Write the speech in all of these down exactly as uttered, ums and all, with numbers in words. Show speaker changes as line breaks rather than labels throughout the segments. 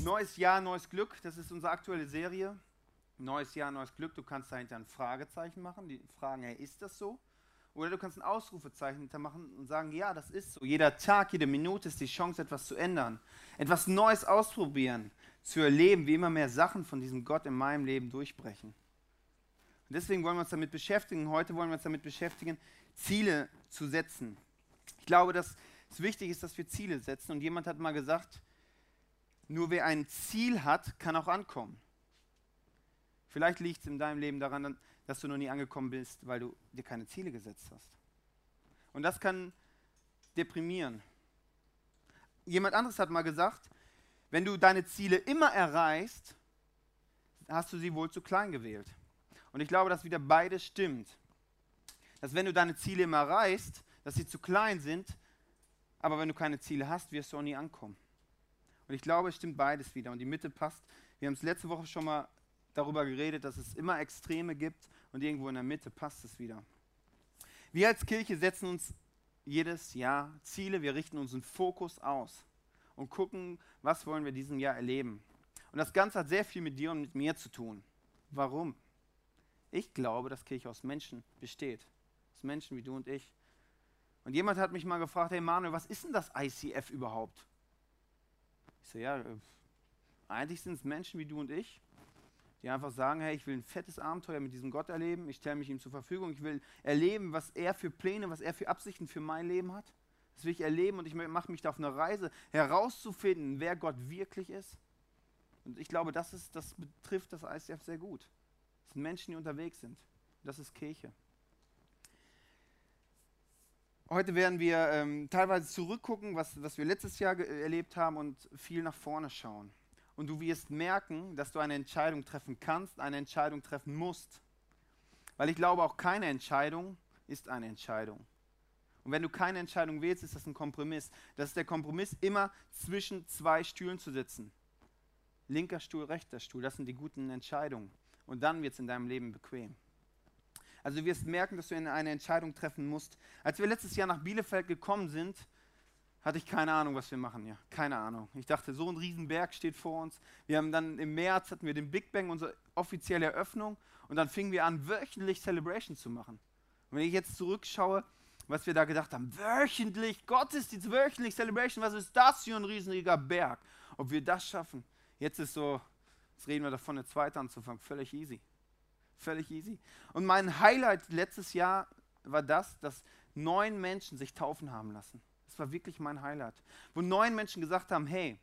Neues Jahr, neues Glück, das ist unsere aktuelle Serie. Neues Jahr, neues Glück, du kannst dahinter ein Fragezeichen machen, die fragen, hey, ist das so? Oder du kannst ein Ausrufezeichen hinter machen und sagen, ja, das ist so. Jeder Tag, jede Minute ist die Chance, etwas zu ändern, etwas Neues ausprobieren, zu erleben, wie immer mehr Sachen von diesem Gott in meinem Leben durchbrechen. Und deswegen wollen wir uns damit beschäftigen, heute wollen wir uns damit beschäftigen, Ziele zu setzen. Ich glaube, dass es wichtig ist, dass wir Ziele setzen. Und jemand hat mal gesagt, nur wer ein Ziel hat, kann auch ankommen. Vielleicht liegt es in deinem Leben daran, dass du noch nie angekommen bist, weil du dir keine Ziele gesetzt hast. Und das kann deprimieren. Jemand anderes hat mal gesagt, wenn du deine Ziele immer erreichst, hast du sie wohl zu klein gewählt. Und ich glaube, dass wieder beides stimmt. Dass wenn du deine Ziele immer erreichst, dass sie zu klein sind, aber wenn du keine Ziele hast, wirst du auch nie ankommen. Und ich glaube, es stimmt beides wieder. Und die Mitte passt. Wir haben es letzte Woche schon mal darüber geredet, dass es immer Extreme gibt und irgendwo in der Mitte passt es wieder. Wir als Kirche setzen uns jedes Jahr Ziele, wir richten unseren Fokus aus und gucken, was wollen wir diesem Jahr erleben. Und das Ganze hat sehr viel mit dir und mit mir zu tun. Warum? Ich glaube, dass Kirche aus Menschen besteht. Aus Menschen wie du und ich. Und jemand hat mich mal gefragt, hey Manuel, was ist denn das I C F überhaupt? Ich so, ja, äh, eigentlich sind es Menschen wie du und ich, die einfach sagen, hey, ich will ein fettes Abenteuer mit diesem Gott erleben, ich stelle mich ihm zur Verfügung, ich will erleben, was er für Pläne, was er für Absichten für mein Leben hat. Das will ich erleben und ich mache mich da auf eine Reise, herauszufinden, wer Gott wirklich ist. Und ich glaube, das, ist, das betrifft das I C F sehr gut. Das sind Menschen, die unterwegs sind. Das ist Kirche. Heute werden wir ähm, teilweise zurückgucken, was, was wir letztes Jahr erlebt haben und viel nach vorne schauen. Und du wirst merken, dass du eine Entscheidung treffen kannst, eine Entscheidung treffen musst. Weil ich glaube, auch keine Entscheidung ist eine Entscheidung. Und wenn du keine Entscheidung wählst, ist das ein Kompromiss. Das ist der Kompromiss, immer zwischen zwei Stühlen zu sitzen. Linker Stuhl, rechter Stuhl, das sind die guten Entscheidungen. Und dann wird es in deinem Leben bequem. Also du wirst merken, dass du eine Entscheidung treffen musst. Als wir letztes Jahr nach Bielefeld gekommen sind, hatte ich keine Ahnung, was wir machen hier. Keine Ahnung. Ich dachte, so ein Riesenberg steht vor uns. Wir haben dann im März hatten wir den Big Bang, unsere offizielle Eröffnung. Und dann fingen wir an, wöchentlich Celebration zu machen. Und wenn ich jetzt zurückschaue, was wir da gedacht haben, wöchentlich, Gottesdienst, wöchentlich Celebration, was ist das für ein riesiger Berg? Ob wir das schaffen? Jetzt ist so, jetzt reden wir davon, eine zweite anzufangen, völlig easy. Völlig easy. Und mein Highlight letztes Jahr war das, dass neun Menschen sich taufen haben lassen. Das war wirklich mein Highlight. Wo neun Menschen gesagt haben, hey,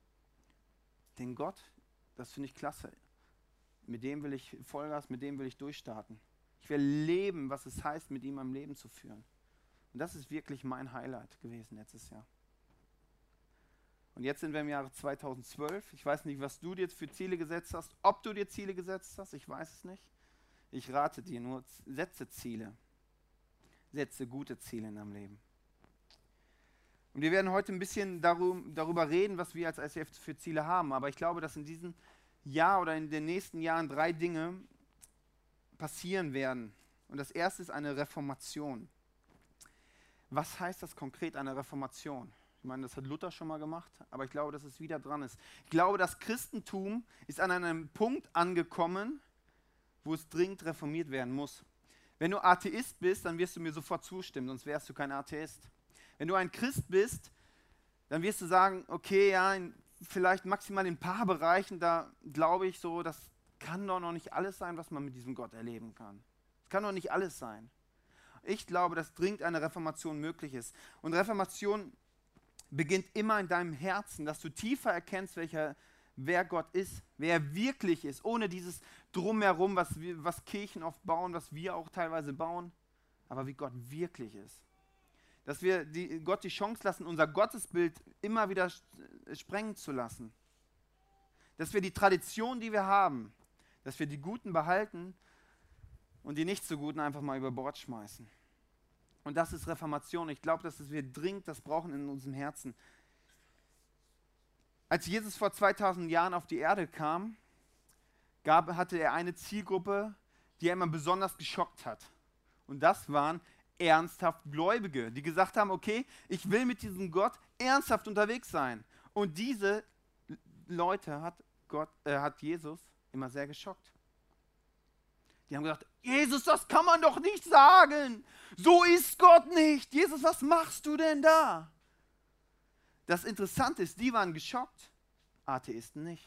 den Gott, das finde ich klasse. Mit dem will ich Vollgas, mit dem will ich durchstarten. Ich will leben, was es heißt, mit ihm am Leben zu führen. Und das ist wirklich mein Highlight gewesen letztes Jahr. Und jetzt sind wir im Jahre zweitausendzwölf. Ich weiß nicht, was du dir für Ziele gesetzt hast, ob du dir Ziele gesetzt hast, ich weiß es nicht. Ich rate dir nur, setze Ziele. Setze gute Ziele in deinem Leben. Und wir werden heute ein bisschen darum, darüber reden, was wir als I C F für Ziele haben. Aber ich glaube, dass in diesem Jahr oder in den nächsten Jahren drei Dinge passieren werden. Und das erste ist eine Reformation. Was heißt das konkret, eine Reformation? Ich meine, das hat Luther schon mal gemacht, aber ich glaube, dass es wieder dran ist. Ich glaube, das Christentum ist an einem Punkt angekommen, wo es dringend reformiert werden muss. Wenn du Atheist bist, dann wirst du mir sofort zustimmen, sonst wärst du kein Atheist. Wenn du ein Christ bist, dann wirst du sagen, okay, ja, in, vielleicht maximal in ein paar Bereichen, da glaube ich so, das kann doch noch nicht alles sein, was man mit diesem Gott erleben kann. Das kann doch nicht alles sein. Ich glaube, dass dringend eine Reformation möglich ist. Und Reformation beginnt immer in deinem Herzen, dass du tiefer erkennst, welcher, wer Gott ist, wer er wirklich ist, ohne dieses Drumherum, was, wir, was Kirchen oft bauen, was wir auch teilweise bauen, aber wie Gott wirklich ist. Dass wir die, Gott die Chance lassen, unser Gottesbild immer wieder sprengen zu lassen. Dass wir die Tradition, die wir haben, dass wir die Guten behalten und die nicht so Guten einfach mal über Bord schmeißen. Und das ist Reformation. Ich glaube, dass wir dringend das brauchen in unserem Herzen. Als Jesus vor zweitausend Jahren auf die Erde kam, gab, hatte er eine Zielgruppe, die er immer besonders geschockt hat. Und das waren ernsthaft Gläubige, die gesagt haben, okay, ich will mit diesem Gott ernsthaft unterwegs sein. Und diese Leute hat, Gott, äh, hat Jesus immer sehr geschockt. Die haben gesagt, Jesus, das kann man doch nicht sagen. So ist Gott nicht. Jesus, was machst du denn da? Das Interessante ist, die waren geschockt, Atheisten nicht.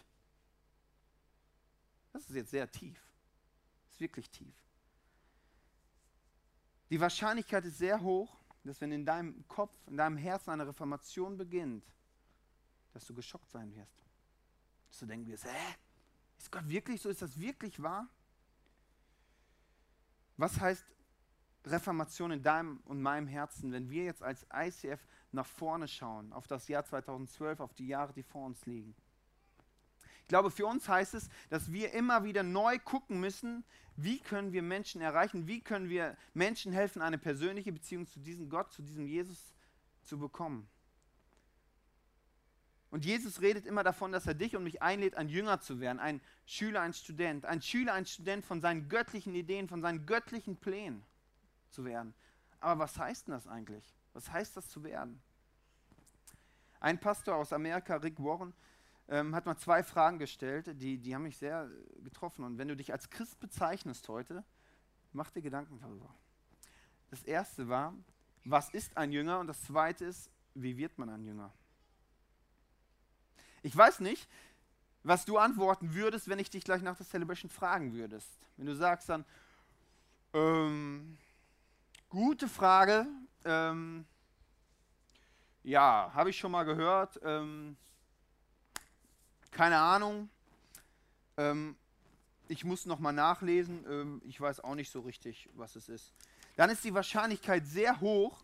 Das ist jetzt sehr tief. Das ist wirklich tief. Die Wahrscheinlichkeit ist sehr hoch, dass wenn in deinem Kopf, in deinem Herzen eine Reformation beginnt, dass du geschockt sein wirst. Dass du denken wirst, hä? Ist Gott wirklich so? Ist das wirklich wahr? Was heißt Reformation in deinem und meinem Herzen, wenn wir jetzt als I C F nach vorne schauen, auf das Jahr zweitausendzwölf, auf die Jahre, die vor uns liegen? Ich glaube, für uns heißt es, dass wir immer wieder neu gucken müssen, wie können wir Menschen erreichen, wie können wir Menschen helfen, eine persönliche Beziehung zu diesem Gott, zu diesem Jesus zu bekommen. Und Jesus redet immer davon, dass er dich und mich einlädt, ein Jünger zu werden, ein Schüler, ein Student, ein Schüler, ein Student von seinen göttlichen Ideen, von seinen göttlichen Plänen zu werden. Aber was heißt denn das eigentlich? Was heißt das zu werden? Ein Pastor aus Amerika, Rick Warren, ähm, hat mal zwei Fragen gestellt, die, die haben mich sehr getroffen. Und wenn du dich als Christ bezeichnest heute, mach dir Gedanken darüber. Das erste war, was ist ein Jünger? Und das zweite ist, wie wird man ein Jünger? Ich weiß nicht, was du antworten würdest, wenn ich dich gleich nach der Celebration fragen würdest. Wenn du sagst dann, ähm, gute Frage, ähm, ja, habe ich schon mal gehört, ähm, keine Ahnung, ähm, ich muss noch mal nachlesen, ähm, ich weiß auch nicht so richtig, was es ist. Dann ist die Wahrscheinlichkeit sehr hoch,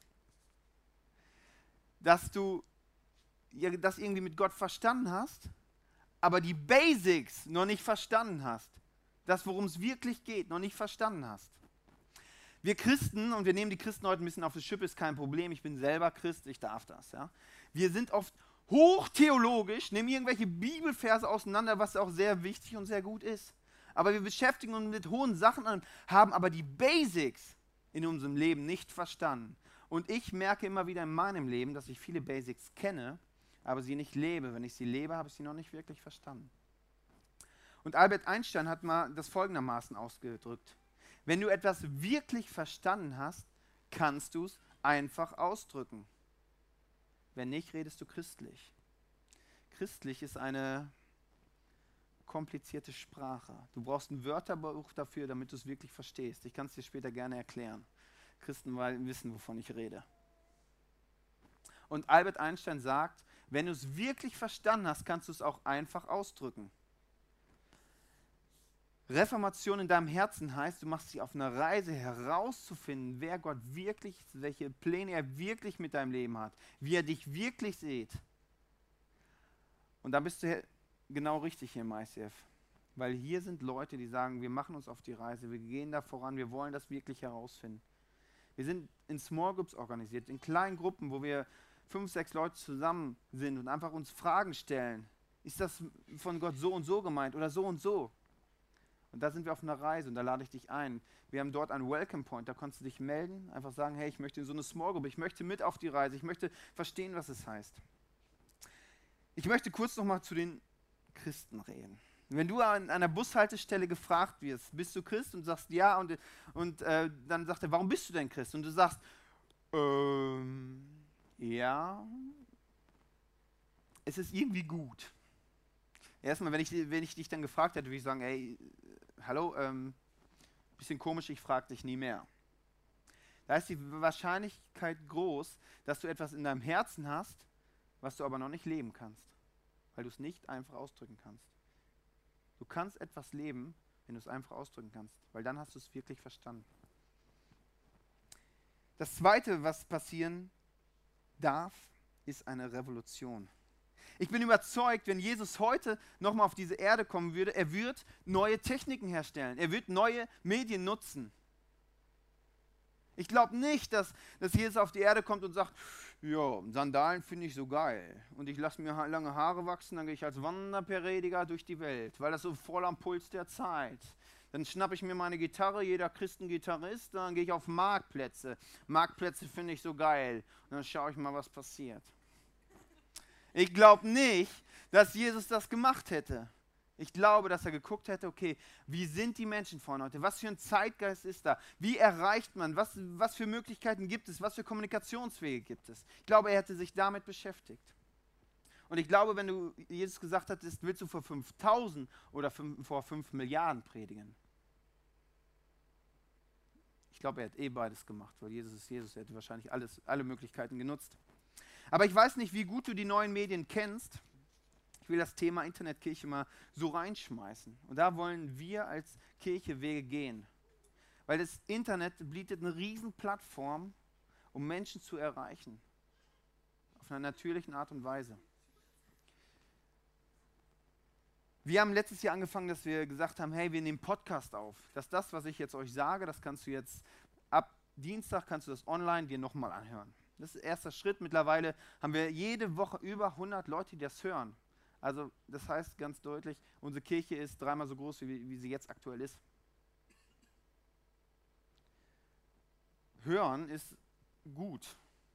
dass du ja, das irgendwie mit Gott verstanden hast, aber die Basics noch nicht verstanden hast. Das, worum es wirklich geht, noch nicht verstanden hast. Wir Christen, und wir nehmen die Christen heute ein bisschen auf die Schippe, ist kein Problem, ich bin selber Christ, ich darf das. Ja? Wir sind oft hochtheologisch, nehmen irgendwelche Bibelverse auseinander, was auch sehr wichtig und sehr gut ist. Aber wir beschäftigen uns mit hohen Sachen und haben aber die Basics in unserem Leben nicht verstanden. Und ich merke immer wieder in meinem Leben, dass ich viele Basics kenne, aber sie nicht lebe. Wenn ich sie lebe, habe ich sie noch nicht wirklich verstanden. Und Albert Einstein hat mal das folgendermaßen ausgedrückt. Wenn du etwas wirklich verstanden hast, kannst du es einfach ausdrücken. Wenn nicht, redest du christlich. Christlich ist eine komplizierte Sprache. Du brauchst ein Wörterbuch dafür, damit du es wirklich verstehst. Ich kann es dir später gerne erklären. Christen wissen, wovon ich rede. Und Albert Einstein sagt, wenn du es wirklich verstanden hast, kannst du es auch einfach ausdrücken. Reformation in deinem Herzen heißt, du machst dich auf eine Reise herauszufinden, wer Gott wirklich ist, welche Pläne er wirklich mit deinem Leben hat, wie er dich wirklich sieht. Und da bist du genau richtig hier im I C F. Weil hier sind Leute, die sagen, wir machen uns auf die Reise, wir gehen da voran, wir wollen das wirklich herausfinden. Wir sind in Small Groups organisiert, in kleinen Gruppen, wo wir fünf, sechs Leute zusammen sind und einfach uns Fragen stellen. Ist das von Gott so und so gemeint oder so und so? Und da sind wir auf einer Reise und da lade ich dich ein. Wir haben dort einen Welcome Point, da kannst du dich melden, einfach sagen, hey, ich möchte in so eine Small Group, ich möchte mit auf die Reise, ich möchte verstehen, was es heißt. Ich möchte kurz nochmal zu den Christen reden. Wenn du an einer Bushaltestelle gefragt wirst, bist du Christ? Und sagst ja, und, und äh, dann sagt er, warum bist du denn Christ? Und du sagst, ähm, ja, es ist irgendwie gut. Erstmal, wenn ich, wenn ich dich dann gefragt hätte, würde ich sagen, hey, hallo, ähm, bisschen komisch, ich frage dich nie mehr. Da ist die Wahrscheinlichkeit groß, dass du etwas in deinem Herzen hast, was du aber noch nicht leben kannst, weil du es nicht einfach ausdrücken kannst. Du kannst etwas leben, wenn du es einfach ausdrücken kannst, weil dann hast du es wirklich verstanden. Das Zweite, was passieren darf, ist eine Revolution. Ich bin überzeugt, wenn Jesus heute nochmal auf diese Erde kommen würde, er wird neue Techniken herstellen, er wird neue Medien nutzen. Ich glaube nicht, dass, dass Jesus auf die Erde kommt und sagt, ja, Sandalen finde ich so geil und ich lasse mir lange Haare wachsen, dann gehe ich als Wanderprediger durch die Welt, weil das so voll am Puls der Zeit. Dann schnappe ich mir meine Gitarre, jeder Christengitarrist, dann gehe ich auf Marktplätze. Marktplätze finde ich so geil und dann schaue ich mal, was passiert. Ich glaube nicht, dass Jesus das gemacht hätte. Ich glaube, dass er geguckt hätte, okay, wie sind die Menschen von heute? Was für ein Zeitgeist ist da? Wie erreicht man? Was, was für Möglichkeiten gibt es? Was für Kommunikationswege gibt es? Ich glaube, er hätte sich damit beschäftigt. Und ich glaube, wenn du Jesus gesagt hättest, willst du vor fünftausend oder fünf, vor fünf Milliarden predigen? Ich glaube, er hat eh beides gemacht, weil Jesus ist Jesus, er hätte wahrscheinlich alles, alle Möglichkeiten genutzt. Aber ich weiß nicht, wie gut du die neuen Medien kennst. Ich will das Thema Internetkirche mal so reinschmeißen. Und da wollen wir als Kirche Wege gehen. Weil das Internet bietet eine riesen Plattform, um Menschen zu erreichen. Auf einer natürlichen Art und Weise. Wir haben letztes Jahr angefangen, dass wir gesagt haben, hey, wir nehmen Podcast auf. Dass das, was ich jetzt euch sage, das kannst du jetzt, ab Dienstag kannst du das online dir nochmal anhören. Das ist der erste Schritt. Mittlerweile haben wir jede Woche über hundert Leute, die das hören. Also das heißt ganz deutlich, unsere Kirche ist dreimal so groß, wie, wie sie jetzt aktuell ist. Hören ist gut.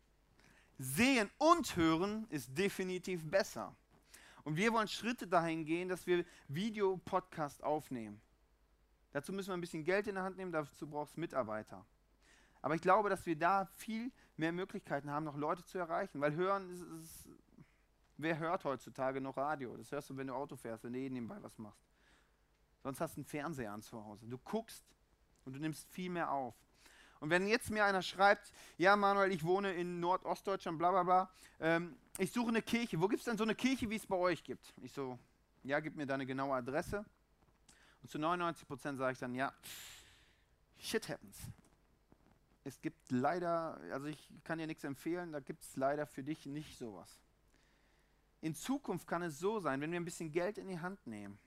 Sehen und hören ist definitiv besser. Und wir wollen Schritte dahin gehen, dass wir Videopodcast aufnehmen. Dazu müssen wir ein bisschen Geld in der Hand nehmen, dazu brauchst du Mitarbeiter. Aber ich glaube, dass wir da viel mehr Möglichkeiten haben, noch Leute zu erreichen. Weil hören ist, ist wer hört heutzutage noch Radio? Das hörst du, wenn du Auto fährst, wenn du eh nebenbei was machst. Sonst hast du einen Fernseher an zu Hause. Du guckst und du nimmst viel mehr auf. Und wenn jetzt mir einer schreibt, ja Manuel, ich wohne in Nordostdeutschland, bla bla bla, ähm, ich suche eine Kirche. Wo gibt es denn so eine Kirche, wie es bei euch gibt? Ich so, ja, gib mir da eine genaue Adresse. Und zu neunundneunzig Prozent sage ich dann, ja, shit happens. Es gibt leider, also ich kann dir nichts empfehlen, da gibt es leider für dich nicht sowas. In Zukunft kann es so sein, wenn wir ein bisschen Geld in die Hand nehmen,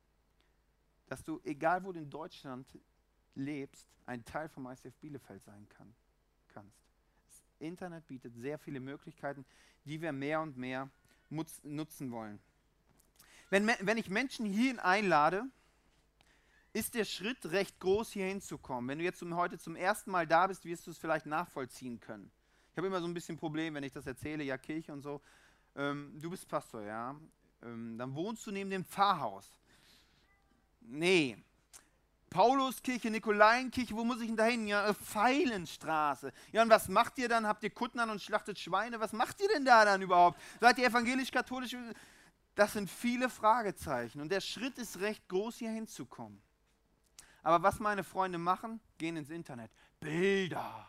dass du, egal wo du in Deutschland lebst, ein Teil vom I C F Bielefeld sein kann, kannst. Das Internet bietet sehr viele Möglichkeiten, die wir mehr und mehr mutz, nutzen wollen. Wenn, wenn ich Menschen hierhin einlade, ist der Schritt recht groß, hier hinzukommen. Wenn du jetzt zum, heute zum ersten Mal da bist, wirst du es vielleicht nachvollziehen können. Ich habe immer so ein bisschen Problem, wenn ich das erzähle, ja, Kirche und so. Ähm, du bist Pastor, ja. Ähm, dann wohnst du neben dem Pfarrhaus. Nee. Pauluskirche, Nikolainkirche, wo muss ich denn da hin? Ja, Pfeilenstraße. Ja, und was macht ihr dann? Habt ihr Kutten an und schlachtet Schweine? Was macht ihr denn da dann überhaupt? Seid ihr evangelisch-katholisch? Das sind viele Fragezeichen. Und der Schritt ist recht groß, hier hinzukommen. Aber was meine Freunde machen, gehen ins Internet. Bilder,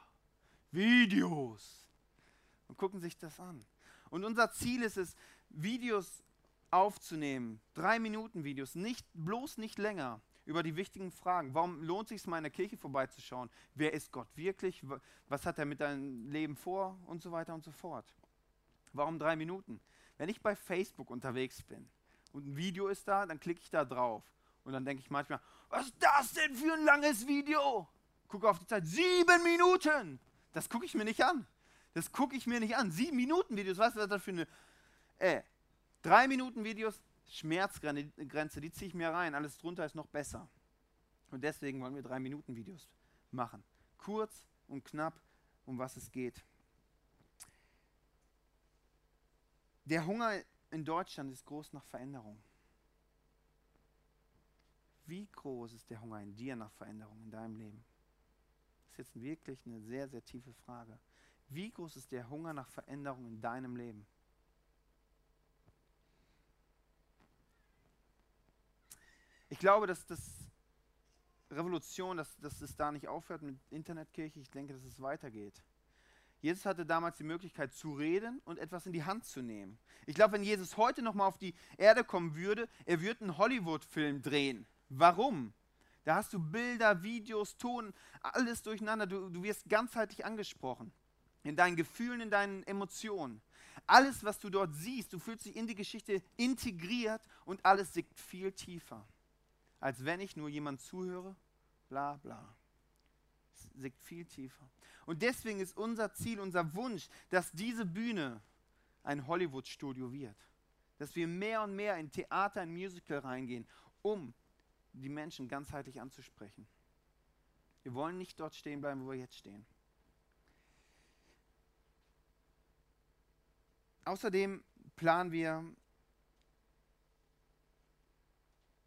Videos und gucken sich das an. Und unser Ziel ist es, Videos aufzunehmen, drei Minuten Videos, nicht, bloß nicht länger, über die wichtigen Fragen. Warum lohnt es sich, mal in der Kirche vorbeizuschauen? Wer ist Gott wirklich? Was hat er mit deinem Leben vor? Und so weiter und so fort. Warum drei Minuten? Wenn ich bei Facebook unterwegs bin und ein Video ist da, dann klicke ich da drauf. Und dann denke ich manchmal, was ist das denn für ein langes Video? Gucke auf die Zeit, sieben Minuten. Das gucke ich mir nicht an. Das gucke ich mir nicht an. Sieben Minuten Videos, weißt du, was das für eine... Äh, drei Minuten Videos, Schmerzgrenze, die ziehe ich mir rein. Alles drunter ist noch besser. Und deswegen wollen wir drei Minuten Videos machen. Kurz und knapp, um was es geht. Der Hunger in Deutschland ist groß nach Veränderung. Wie groß ist der Hunger in dir nach Veränderung in deinem Leben? Das ist jetzt wirklich eine sehr, sehr tiefe Frage. Wie groß ist der Hunger nach Veränderung in deinem Leben? Ich glaube, dass das Revolution, dass, dass es da nicht aufhört mit Internetkirche. Ich denke, dass es weitergeht. Jesus hatte damals die Möglichkeit zu reden und etwas in die Hand zu nehmen. Ich glaube, wenn Jesus heute nochmal auf die Erde kommen würde, er würde einen Hollywood-Film drehen. Warum? Da hast du Bilder, Videos, Ton, alles durcheinander. Du, du wirst ganzheitlich angesprochen. In deinen Gefühlen, in deinen Emotionen. Alles, was du dort siehst, du fühlst dich in die Geschichte integriert und alles sinkt viel tiefer. Als wenn ich nur jemand zuhöre, bla bla. Es sinkt viel tiefer. Und deswegen ist unser Ziel, unser Wunsch, dass diese Bühne ein Hollywood-Studio wird. Dass wir mehr und mehr in Theater, in Musical reingehen, um die Menschen ganzheitlich anzusprechen. Wir wollen nicht dort stehen bleiben, wo wir jetzt stehen. Außerdem planen wir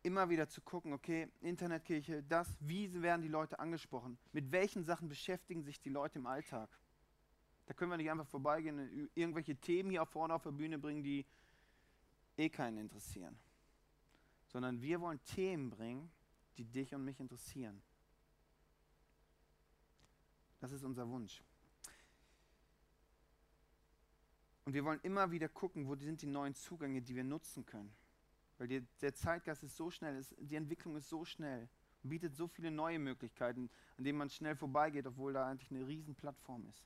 immer wieder zu gucken, okay, Internetkirche, das, wie werden die Leute angesprochen? Mit welchen Sachen beschäftigen sich die Leute im Alltag? Da können wir nicht einfach vorbeigehen und irgendwelche Themen hier vorne auf der Bühne bringen, die eh keinen interessieren. Sondern wir wollen Themen bringen, die dich und mich interessieren. Das ist unser Wunsch. Und wir wollen immer wieder gucken, wo sind die neuen Zugänge, die wir nutzen können. Weil die, der Zeitgeist ist so schnell, ist, die Entwicklung ist so schnell und bietet so viele neue Möglichkeiten, an denen man schnell vorbeigeht, obwohl da eigentlich eine riesen Plattform ist.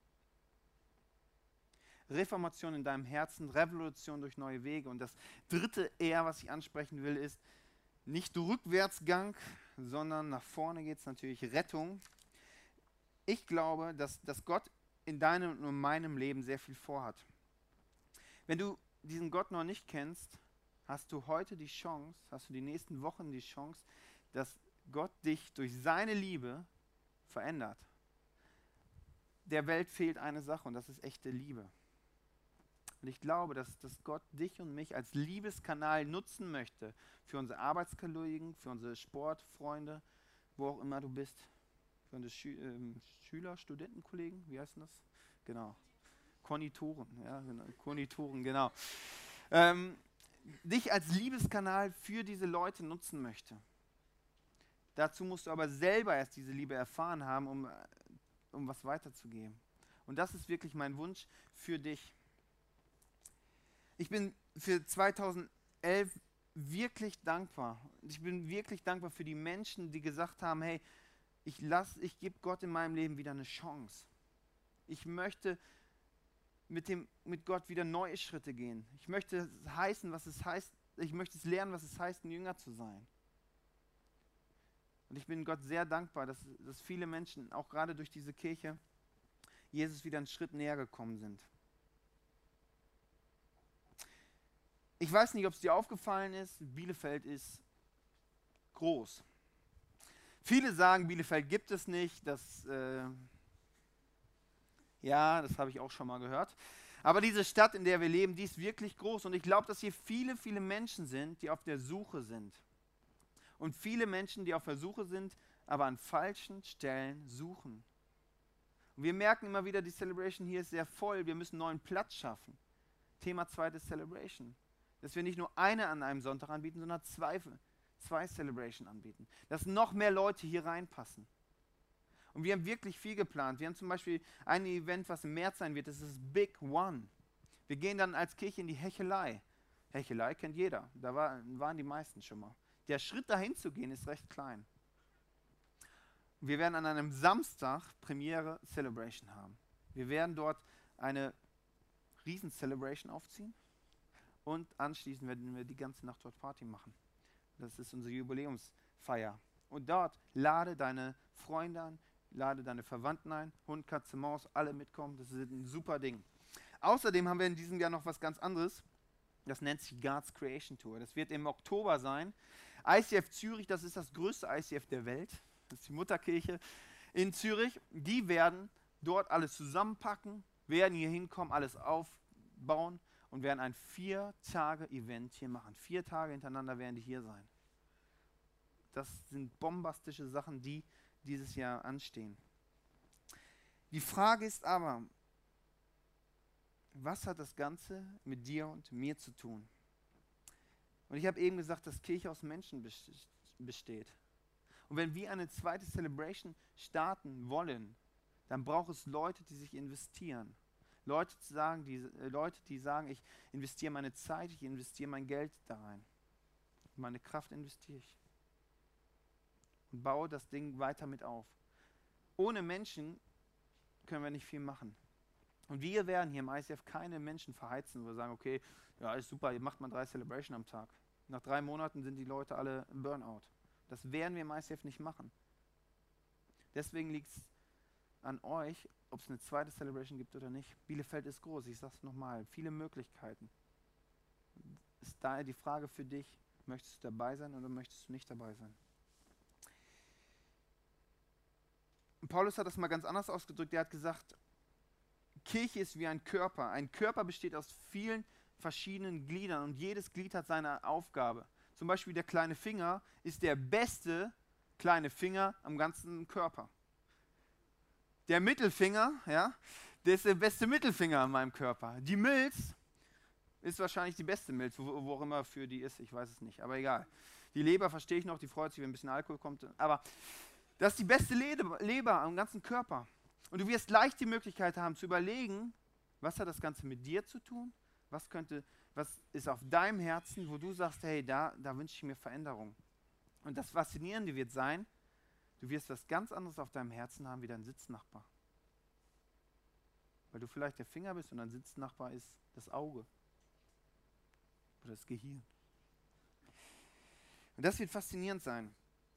Reformation in deinem Herzen, Revolution durch neue Wege. Und das dritte eher, was ich ansprechen will, ist nicht Rückwärtsgang, sondern nach vorne geht es natürlich Rettung. Ich glaube, dass, dass Gott in deinem und in meinem Leben sehr viel vorhat. Wenn du diesen Gott noch nicht kennst, hast du heute die Chance, hast du die nächsten Wochen die Chance, dass Gott dich durch seine Liebe verändert. Der Welt fehlt eine Sache und das ist echte Liebe. Und ich glaube, dass, dass Gott dich und mich als Liebeskanal nutzen möchte für unsere Arbeitskollegen, für unsere Sportfreunde, wo auch immer du bist. Für unsere Schü ähm, Schüler, Studentenkollegen, wie heißt das? Genau. Konditoren, ja, genau. Konditoren, genau. Ähm, dich als Liebeskanal für diese Leute nutzen möchte. Dazu musst du aber selber erst diese Liebe erfahren haben, um, um was weiterzugeben. Und das ist wirklich mein Wunsch für dich. Ich bin für zweitausendelf wirklich dankbar. Ich bin wirklich dankbar für die Menschen, die gesagt haben, hey, ich, lass, ich gebe Gott in meinem Leben wieder eine Chance. Ich möchte mit, dem, mit Gott wieder neue Schritte gehen. Ich möchte heißen, was es heißt, ich möchte es lernen, was es heißt, ein Jünger zu sein. Und ich bin Gott sehr dankbar, dass, dass viele Menschen, auch gerade durch diese Kirche, Jesus wieder einen Schritt näher gekommen sind. Ich weiß nicht, ob es dir aufgefallen ist, Bielefeld ist groß. Viele sagen, Bielefeld gibt es nicht, das, äh, ja, das habe ich auch schon mal gehört. Aber diese Stadt, in der wir leben, die ist wirklich groß und ich glaube, dass hier viele, viele Menschen sind, die auf der Suche sind. Und viele Menschen, die auf der Suche sind, aber an falschen Stellen suchen. Und wir merken immer wieder, die Celebration hier ist sehr voll, wir müssen einen neuen Platz schaffen. Thema zweites Celebration. Dass wir nicht nur eine an einem Sonntag anbieten, sondern zwei, zwei Celebration anbieten. Dass noch mehr Leute hier reinpassen. Und wir haben wirklich viel geplant. Wir haben zum Beispiel ein Event, was im März sein wird, das ist Big One. Wir gehen dann als Kirche in die Hechelei. Hechelei kennt jeder, da war, waren die meisten schon mal. Der Schritt dahin zu gehen ist recht klein. Wir werden an einem Samstag Premiere Celebration haben. Wir werden dort eine riesen Celebration aufziehen. Und anschließend werden wir die ganze Nacht dort Party machen. Das ist unsere Jubiläumsfeier. Und dort lade deine Freunde an, lade deine Verwandten ein, Hund, Katze, Maus, alle mitkommen. Das ist ein super Ding. Außerdem haben wir in diesem Jahr noch was ganz anderes. Das nennt sich God's Creation Tour. Das wird im Oktober sein. I C F Zürich, das ist das größte I C F der Welt. Das ist die Mutterkirche in Zürich. Die werden dort alles zusammenpacken, werden hier hinkommen, alles aufbauen. Und werden ein vier Tage Event hier machen. Vier Tage hintereinander werden die hier sein. Das sind bombastische Sachen, die dieses Jahr anstehen. Die Frage ist aber, was hat das Ganze mit dir und mir zu tun? Und ich habe eben gesagt, dass Kirche aus Menschen besteht. Und wenn wir eine zweite Celebration starten wollen, dann braucht es Leute, die sich investieren. Leute, zu sagen, die, äh, Leute, die sagen, ich investiere meine Zeit, ich investiere mein Geld da rein. Meine Kraft investiere ich. Und baue das Ding weiter mit auf. Ohne Menschen können wir nicht viel machen. Und wir werden hier im I C F keine Menschen verheizen, wo wir sagen, okay, ja, ist super, ihr macht mal drei Celebration am Tag. Nach drei Monaten sind die Leute alle im Burnout. Das werden wir im I C F nicht machen. Deswegen liegt es an euch, ob es eine zweite Celebration gibt oder nicht. Bielefeld ist groß, ich sage es nochmal, viele Möglichkeiten. Ist daher die Frage für dich, möchtest du dabei sein oder möchtest du nicht dabei sein? Und Paulus hat das mal ganz anders ausgedrückt, er hat gesagt, Kirche ist wie ein Körper. Ein Körper besteht aus vielen verschiedenen Gliedern und jedes Glied hat seine Aufgabe. Zum Beispiel der kleine Finger ist der beste kleine Finger am ganzen Körper. Der Mittelfinger, ja, der ist der beste Mittelfinger an meinem Körper. Die Milz ist wahrscheinlich die beste Milz, wo, wo auch immer für die ist, ich weiß es nicht, aber egal. Die Leber verstehe ich noch, die freut sich, wenn ein bisschen Alkohol kommt, aber das ist die beste Leber, Leber am ganzen Körper. Und du wirst leicht die Möglichkeit haben zu überlegen, was hat das Ganze mit dir zu tun? Was könnte, was ist auf deinem Herzen, wo du sagst, hey, da, da wünsche ich mir Veränderung. Und das Faszinierende wird sein, du wirst was ganz anderes auf deinem Herzen haben wie dein Sitznachbar. Weil du vielleicht der Finger bist und dein Sitznachbar ist das Auge oder das Gehirn. Und das wird faszinierend sein.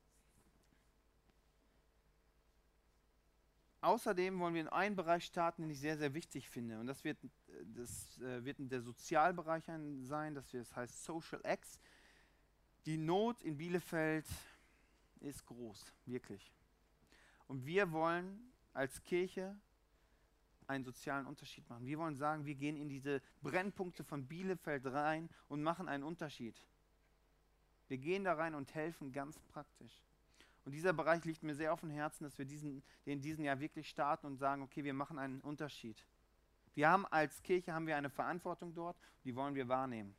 Außerdem wollen wir in einen Bereich starten, den ich sehr, sehr wichtig finde. Und das wird, das, äh, wird der Sozialbereich sein, das, wird, das heißt Social X. Die Not in Bielefeld ist groß, wirklich. Und wir wollen als Kirche einen sozialen Unterschied machen. Wir wollen sagen, wir gehen in diese Brennpunkte von Bielefeld rein und machen einen Unterschied. Wir gehen da rein und helfen ganz praktisch. Und dieser Bereich liegt mir sehr auf dem Herzen, dass wir diesen, in diesem Jahr wirklich starten und sagen, okay, wir machen einen Unterschied. Wir haben als Kirche haben wir eine Verantwortung dort, die wollen wir wahrnehmen.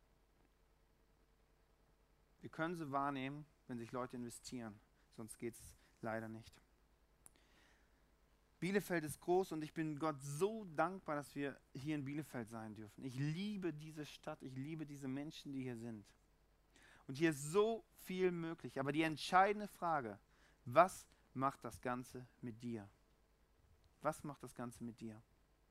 Wir können sie wahrnehmen, wenn sich Leute investieren, sonst geht es leider nicht. Bielefeld ist groß und ich bin Gott so dankbar, dass wir hier in Bielefeld sein dürfen. Ich liebe diese Stadt, ich liebe diese Menschen, die hier sind. Und hier ist so viel möglich. Aber die entscheidende Frage, was macht das Ganze mit dir? Was macht das Ganze mit dir?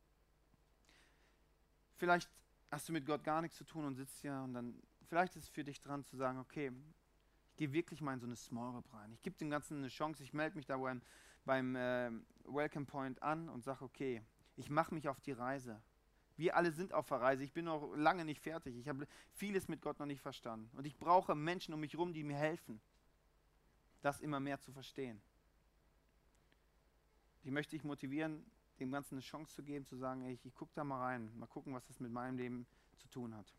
Vielleicht hast du mit Gott gar nichts zu tun und sitzt hier und dann, vielleicht ist es für dich dran zu sagen, okay, ich gehe wirklich mal in so eine Small Group rein. Ich gebe dem Ganzen eine Chance, ich melde mich da beim, beim äh, Welcome Point an und sage, okay, ich mache mich auf die Reise. Wir alle sind auf der Reise. Ich bin noch lange nicht fertig. Ich habe vieles mit Gott noch nicht verstanden. Und ich brauche Menschen um mich herum, die mir helfen, das immer mehr zu verstehen. Ich möchte dich motivieren, dem Ganzen eine Chance zu geben, zu sagen, ey, ich, ich gucke da mal rein, mal gucken, was das mit meinem Leben zu tun hat.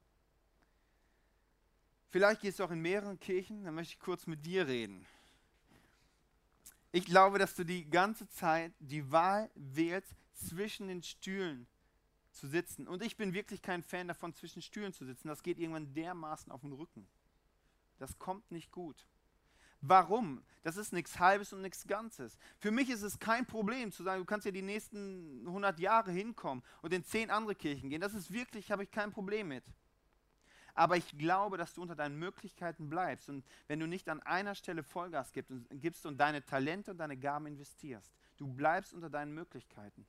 Vielleicht gehst du auch in mehreren Kirchen, dann möchte ich kurz mit dir reden. Ich glaube, dass du die ganze Zeit die Wahl wählst, zwischen den Stühlen zu sitzen. Und ich bin wirklich kein Fan davon, zwischen Stühlen zu sitzen. Das geht irgendwann dermaßen auf den Rücken. Das kommt nicht gut. Warum? Das ist nichts Halbes und nichts Ganzes. Für mich ist es kein Problem zu sagen, du kannst ja die nächsten hundert Jahre hinkommen und in zehn andere Kirchen gehen. Das ist wirklich, habe ich kein Problem mit. Aber ich glaube, dass du unter deinen Möglichkeiten bleibst und wenn du nicht an einer Stelle Vollgas gibst und, gibst und deine Talente und deine Gaben investierst, du bleibst unter deinen Möglichkeiten.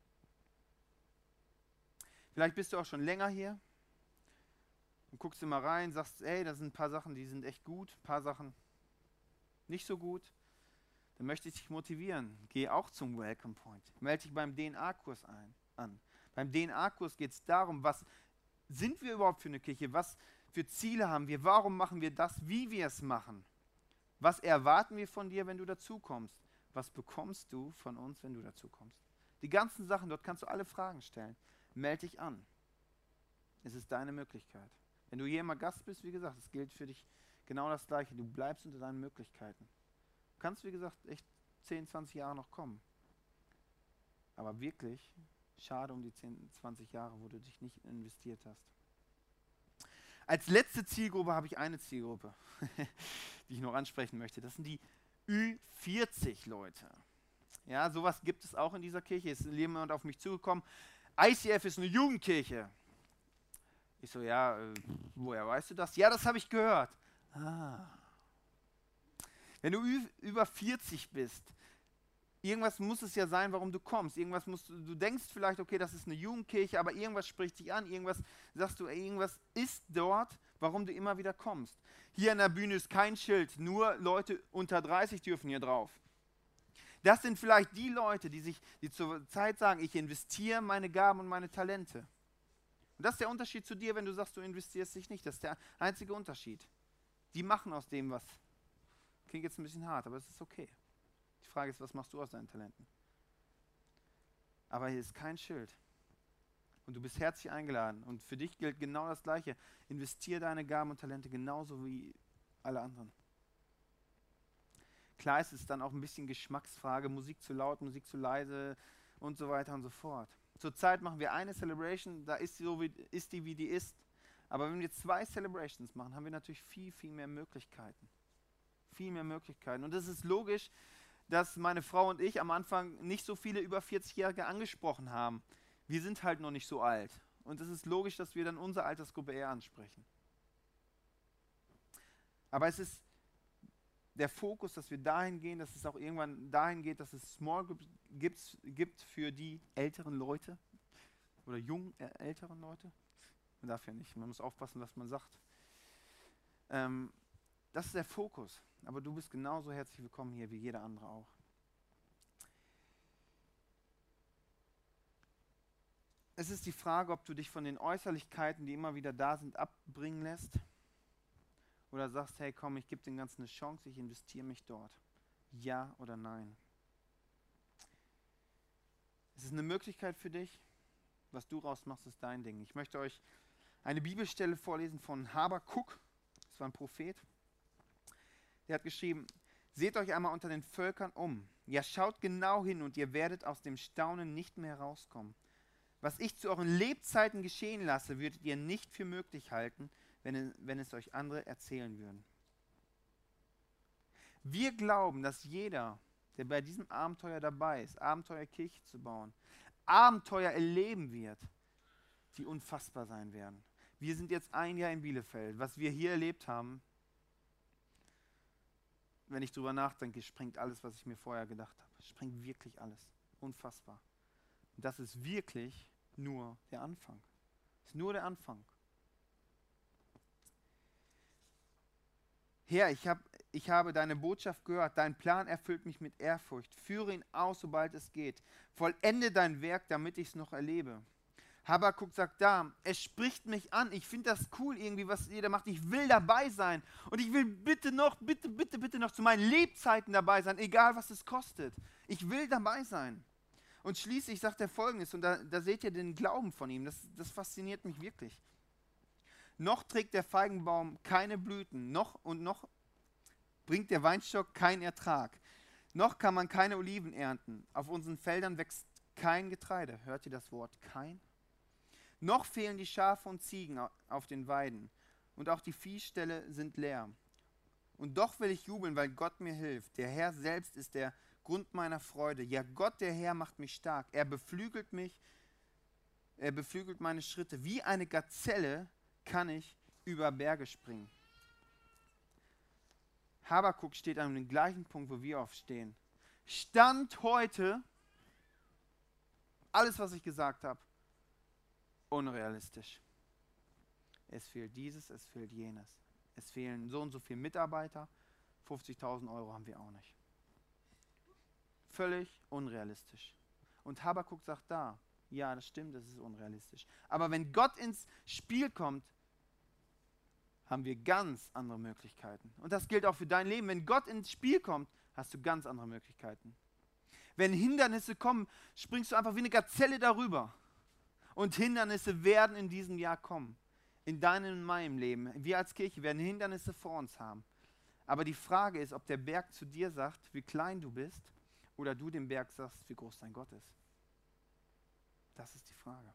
Vielleicht bist du auch schon länger hier und guckst immer rein, sagst, ey, da sind ein paar Sachen, die sind echt gut, ein paar Sachen nicht so gut. Dann möchte ich dich motivieren. Geh auch zum Welcome Point. Melde dich beim D N A-Kurs ein, an. Beim D N A-Kurs geht es darum, was sind wir überhaupt für eine Kirche? Was für Ziele haben wir? Warum machen wir das, wie wir es machen? Was erwarten wir von dir, wenn du dazukommst? Was bekommst du von uns, wenn du dazukommst? Die ganzen Sachen, dort kannst du alle Fragen stellen. Melde dich an. Es ist deine Möglichkeit. Wenn du hier immer Gast bist, wie gesagt, es gilt für dich genau das Gleiche. Du bleibst unter deinen Möglichkeiten. Du kannst, wie gesagt, echt zehn, zwanzig Jahre noch kommen. Aber wirklich schade um die zehn, zwanzig Jahre, wo du dich nicht investiert hast. Als letzte Zielgruppe habe ich eine Zielgruppe, die ich noch ansprechen möchte. Das sind die Ü vierzig Leute. Ja, sowas gibt es auch in dieser Kirche. Es ist jemand auf mich zugekommen. I C F ist eine Jugendkirche. Ich so, ja, äh, woher weißt du das? Ja, das habe ich gehört. Ah. Wenn du ü- über vierzig bist, irgendwas muss es ja sein, warum du kommst. Irgendwas musst du, du denkst vielleicht, okay, das ist eine Jugendkirche, aber irgendwas spricht dich an, irgendwas sagst du, ey, irgendwas ist dort, warum du immer wieder kommst. Hier an der Bühne ist kein Schild, nur Leute unter dreißig dürfen hier drauf. Das sind vielleicht die Leute, die sich, die zur Zeit sagen, ich investiere meine Gaben und meine Talente. Und das ist der Unterschied zu dir, wenn du sagst, du investierst dich nicht. Das ist der einzige Unterschied. Die machen aus dem was. Klingt jetzt ein bisschen hart, aber es ist okay. Die Frage ist, was machst du aus deinen Talenten? Aber hier ist kein Schild. Und du bist herzlich eingeladen. Und für dich gilt genau das Gleiche. Investier deine Gaben und Talente genauso wie alle anderen. Klar ist es dann auch ein bisschen Geschmacksfrage, Musik zu laut, Musik zu leise und so weiter und so fort. Zurzeit machen wir eine Celebration, da ist, so wie, ist die, wie die ist. Aber wenn wir zwei Celebrations machen, haben wir natürlich viel, viel mehr Möglichkeiten. Viel mehr Möglichkeiten. Und es ist logisch, dass meine Frau und ich am Anfang nicht so viele über vierzig-Jährige angesprochen haben. Wir sind halt noch nicht so alt. Und es ist logisch, dass wir dann unsere Altersgruppe eher ansprechen. Aber es ist der Fokus, dass wir dahin gehen, dass es auch irgendwann dahin geht, dass es Small Groups gibt, gibt für die älteren Leute oder jungen äh, älteren Leute. Man darf ja nicht, man muss aufpassen, was man sagt. Ähm, das ist der Fokus. Aber du bist genauso herzlich willkommen hier wie jeder andere auch. Es ist die Frage, ob du dich von den Äußerlichkeiten, die immer wieder da sind, abbringen lässt. Oder sagst, hey komm, ich gebe dem Ganzen eine Chance, ich investiere mich dort. Ja oder nein? Es ist eine Möglichkeit für dich. Was du rausmachst, ist dein Ding. Ich möchte euch eine Bibelstelle vorlesen von Habakuk. Das war ein Prophet. Der hat geschrieben, seht euch einmal unter den Völkern um. Ja, schaut genau hin und ihr werdet aus dem Staunen nicht mehr herauskommen. Was ich zu euren Lebzeiten geschehen lasse, würdet ihr nicht für möglich halten, wenn, wenn es euch andere erzählen würden. Wir glauben, dass jeder, der bei diesem Abenteuer dabei ist, Abenteuer Kirche zu bauen, Abenteuer erleben wird, die unfassbar sein werden. Wir sind jetzt ein Jahr in Bielefeld. Was wir hier erlebt haben, wenn ich drüber nachdenke, sprengt alles, was ich mir vorher gedacht habe. Sprengt wirklich alles. Unfassbar. Und das ist wirklich nur der Anfang. Das ist nur der Anfang. Herr, ich, hab, ich habe deine Botschaft gehört, dein Plan erfüllt mich mit Ehrfurcht. Führe ihn aus, sobald es geht. Vollende dein Werk, damit ich es noch erlebe. Habakuk sagt da, es spricht mich an, ich finde das cool irgendwie, was jeder macht, ich will dabei sein und ich will bitte noch, bitte, bitte, bitte noch zu meinen Lebzeiten dabei sein, egal was es kostet. Ich will dabei sein. Und schließlich sagt er Folgendes, und da, da seht ihr den Glauben von ihm, das, das fasziniert mich wirklich. Noch trägt der Feigenbaum keine Blüten, noch und noch bringt der Weinstock keinen Ertrag. Noch kann man keine Oliven ernten. Auf unseren Feldern wächst kein Getreide. Hört ihr das Wort kein? Noch fehlen die Schafe und Ziegen auf den Weiden. Und auch die Viehställe sind leer. Und doch will ich jubeln, weil Gott mir hilft. Der Herr selbst ist der Grund meiner Freude. Ja, Gott, der Herr, macht mich stark. Er beflügelt mich, er beflügelt meine Schritte. Wie eine Gazelle kann ich über Berge springen. Habakuk steht an dem gleichen Punkt, wo wir aufstehen. Stand heute, alles, was ich gesagt habe, unrealistisch. Es fehlt dieses, es fehlt jenes. Es fehlen so und so viele Mitarbeiter, fünfzigtausend Euro haben wir auch nicht. Völlig unrealistisch. Und Habakuk sagt da, ja, das stimmt, das ist unrealistisch. Aber wenn Gott ins Spiel kommt, haben wir ganz andere Möglichkeiten. Und das gilt auch für dein Leben. Wenn Gott ins Spiel kommt, hast du ganz andere Möglichkeiten. Wenn Hindernisse kommen, springst du einfach wie eine Gazelle darüber. Und Hindernisse werden in diesem Jahr kommen. In deinem und meinem Leben. Wir als Kirche werden Hindernisse vor uns haben. Aber die Frage ist, ob der Berg zu dir sagt, wie klein du bist, oder du dem Berg sagst, wie groß dein Gott ist. Das ist die Frage.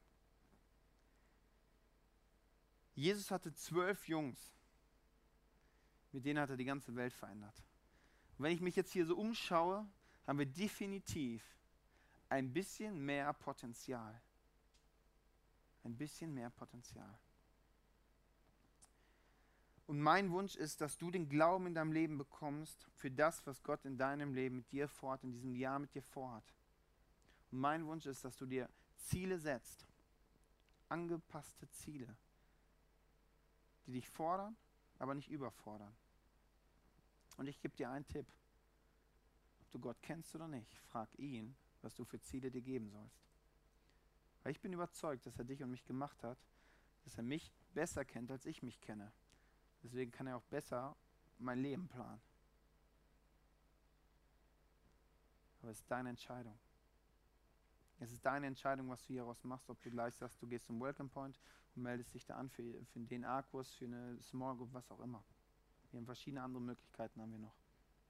Jesus hatte zwölf Jungs. Mit denen hat er die ganze Welt verändert. Und wenn ich mich jetzt hier so umschaue, haben wir definitiv ein bisschen mehr Potenzial. Ein bisschen mehr Potenzial. Und mein Wunsch ist, dass du den Glauben in deinem Leben bekommst für das, was Gott in deinem Leben mit dir vorhat, in diesem Jahr mit dir vorhat. Und mein Wunsch ist, dass du dir Ziele setzt. Angepasste Ziele. Die dich fordern, aber nicht überfordern. Und ich gebe dir einen Tipp. Ob du Gott kennst oder nicht, frag ihn, was du für Ziele dir geben sollst. Weil ich bin überzeugt, dass er dich und mich gemacht hat, dass er mich besser kennt, als ich mich kenne. Deswegen kann er auch besser mein Leben planen. Aber es ist deine Entscheidung. Es ist deine Entscheidung, was du hieraus machst, ob du gleich sagst, du gehst zum Welcome Point und meldest dich da an für, für einen D N A-Kurs, für eine Small Group, was auch immer. Wir haben verschiedene andere Möglichkeiten, haben wir noch.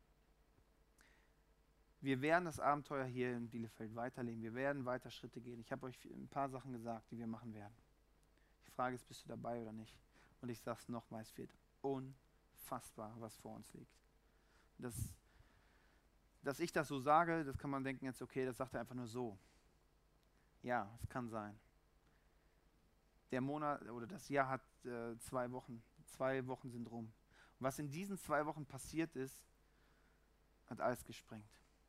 Wir werden das Abenteuer hier in Bielefeld weiterleben. Wir werden weiter Schritte gehen. Ich habe euch ein paar Sachen gesagt, die wir machen werden. Die Frage ist, bist du dabei oder nicht? Und ich sage es nochmal, es wird unfassbar, was vor uns liegt. Das, dass ich das so sage, das kann man denken jetzt, okay, das sagt er einfach nur so. Ja, es kann sein. Der Monat oder das Jahr hat äh, zwei Wochen. Zwei Wochen sind rum. Und was in diesen zwei Wochen passiert ist, hat alles gesprengt.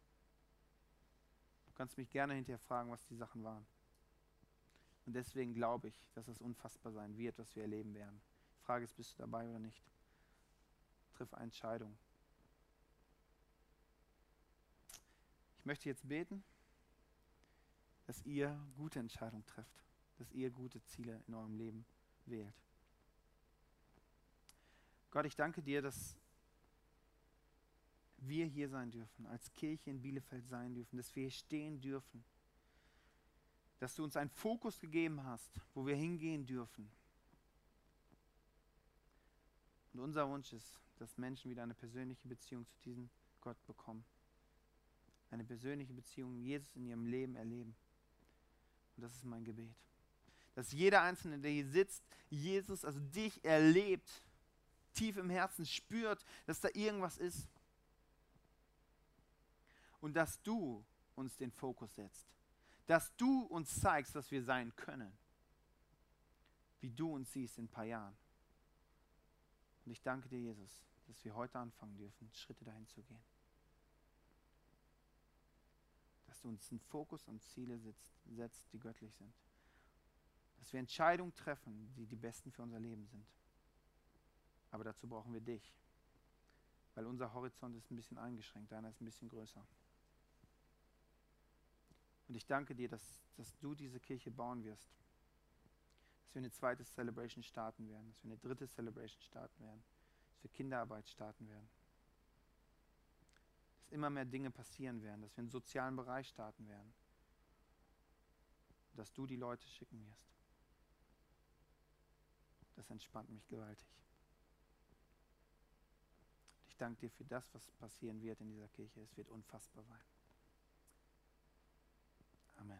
Du kannst mich gerne hinterher fragen, was die Sachen waren. Und deswegen glaube ich, dass es unfassbar sein wird, was wir erleben werden. Die Frage ist, bist du dabei oder nicht? Triff eine Entscheidung. Ich möchte jetzt beten, dass ihr gute Entscheidungen trefft, dass ihr gute Ziele in eurem Leben wählt. Gott, ich danke dir, dass wir hier sein dürfen, als Kirche in Bielefeld sein dürfen, dass wir hier stehen dürfen, dass du uns einen Fokus gegeben hast, wo wir hingehen dürfen. Und unser Wunsch ist, dass Menschen wieder eine persönliche Beziehung zu diesem Gott bekommen. Eine persönliche Beziehung Jesus in ihrem Leben erleben. Und das ist mein Gebet. Dass jeder Einzelne, der hier sitzt, Jesus, also dich erlebt, tief im Herzen spürt, dass da irgendwas ist. Und dass du uns den Fokus setzt. Dass du uns zeigst, was wir sein können. Wie du uns siehst in ein paar Jahren. Und ich danke dir, Jesus, dass wir heute anfangen dürfen, Schritte dahin zu gehen. Dass du uns einen Fokus und Ziele setzt, setzt, die göttlich sind. Dass wir Entscheidungen treffen, die die besten für unser Leben sind. Aber dazu brauchen wir dich. Weil unser Horizont ist ein bisschen eingeschränkt, deiner ist ein bisschen größer. Und ich danke dir, dass, dass du diese Kirche bauen wirst. Dass wir eine zweite Celebration starten werden, dass wir eine dritte Celebration starten werden, dass wir Kinderarbeit starten werden. Dass immer mehr Dinge passieren werden, dass wir einen sozialen Bereich starten werden. Und dass du die Leute schicken wirst. Das entspannt mich gewaltig. Ich danke dir für das, was passieren wird in dieser Kirche. Es wird unfassbar sein. Amen.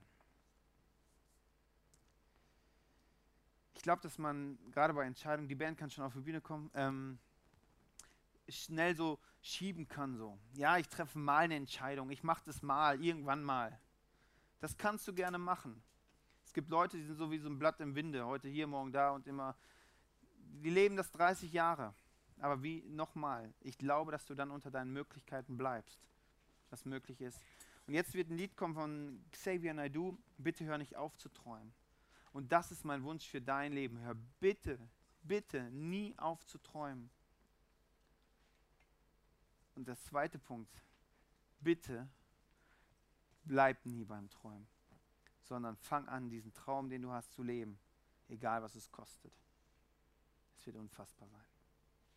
Ich glaube, dass man gerade bei Entscheidungen, die Band kann schon auf die Bühne kommen, ähm, schnell so schieben kann. So. Ja, ich treffe mal eine Entscheidung, ich mache das mal, irgendwann mal. Das kannst du gerne machen. Es gibt Leute, die sind so wie so ein Blatt im Winde, heute hier, morgen da und immer. Die leben das dreißig Jahre. Aber wie, nochmal, ich glaube, dass du dann unter deinen Möglichkeiten bleibst, was möglich ist. Und jetzt wird ein Lied kommen von Xavier Naidoo, bitte hör nicht auf zu träumen. Und das ist mein Wunsch für dein Leben. Hör bitte, bitte nie auf zu träumen. Und der zweite Punkt, bitte bleib nie beim Träumen, sondern fang an, diesen Traum, den du hast, zu leben, egal was es kostet. Es wird unfassbar sein.